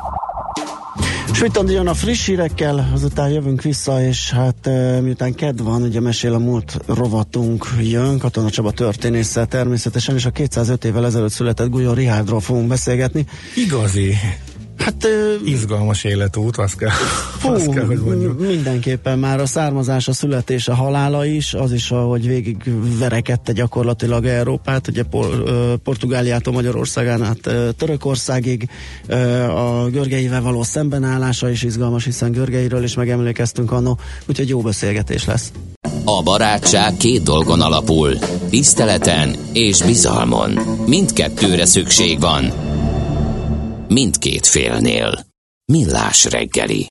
Sütandi jön a friss hírekkel, azután jövünk vissza, és hát e, miután kedv van, ugye mesél a múlt rovatunk jön, Katona Csaba történésszel természetesen, és a kétszázöt évvel ezelőtt született Gulyó Richárdról fogunk beszélgetni. Igazi. Hát ö, izgalmas életút, azt kell, fú, azt kell, hogy mondjuk. Mindenképpen már a származása, születése, halála is, az is, ahogy végig verekedte gyakorlatilag Európát, ugye Por, ö, Portugáliától Magyarországán át ö, Törökországig, ö, a Görgeivel való szembenállása is izgalmas, hiszen Görgeiről is megemlékeztünk annó, úgyhogy jó beszélgetés lesz. A barátság két dolgon alapul, tiszteleten és bizalmon. Mindkettőre szükség van. Mindkét félnél. Millás reggeli.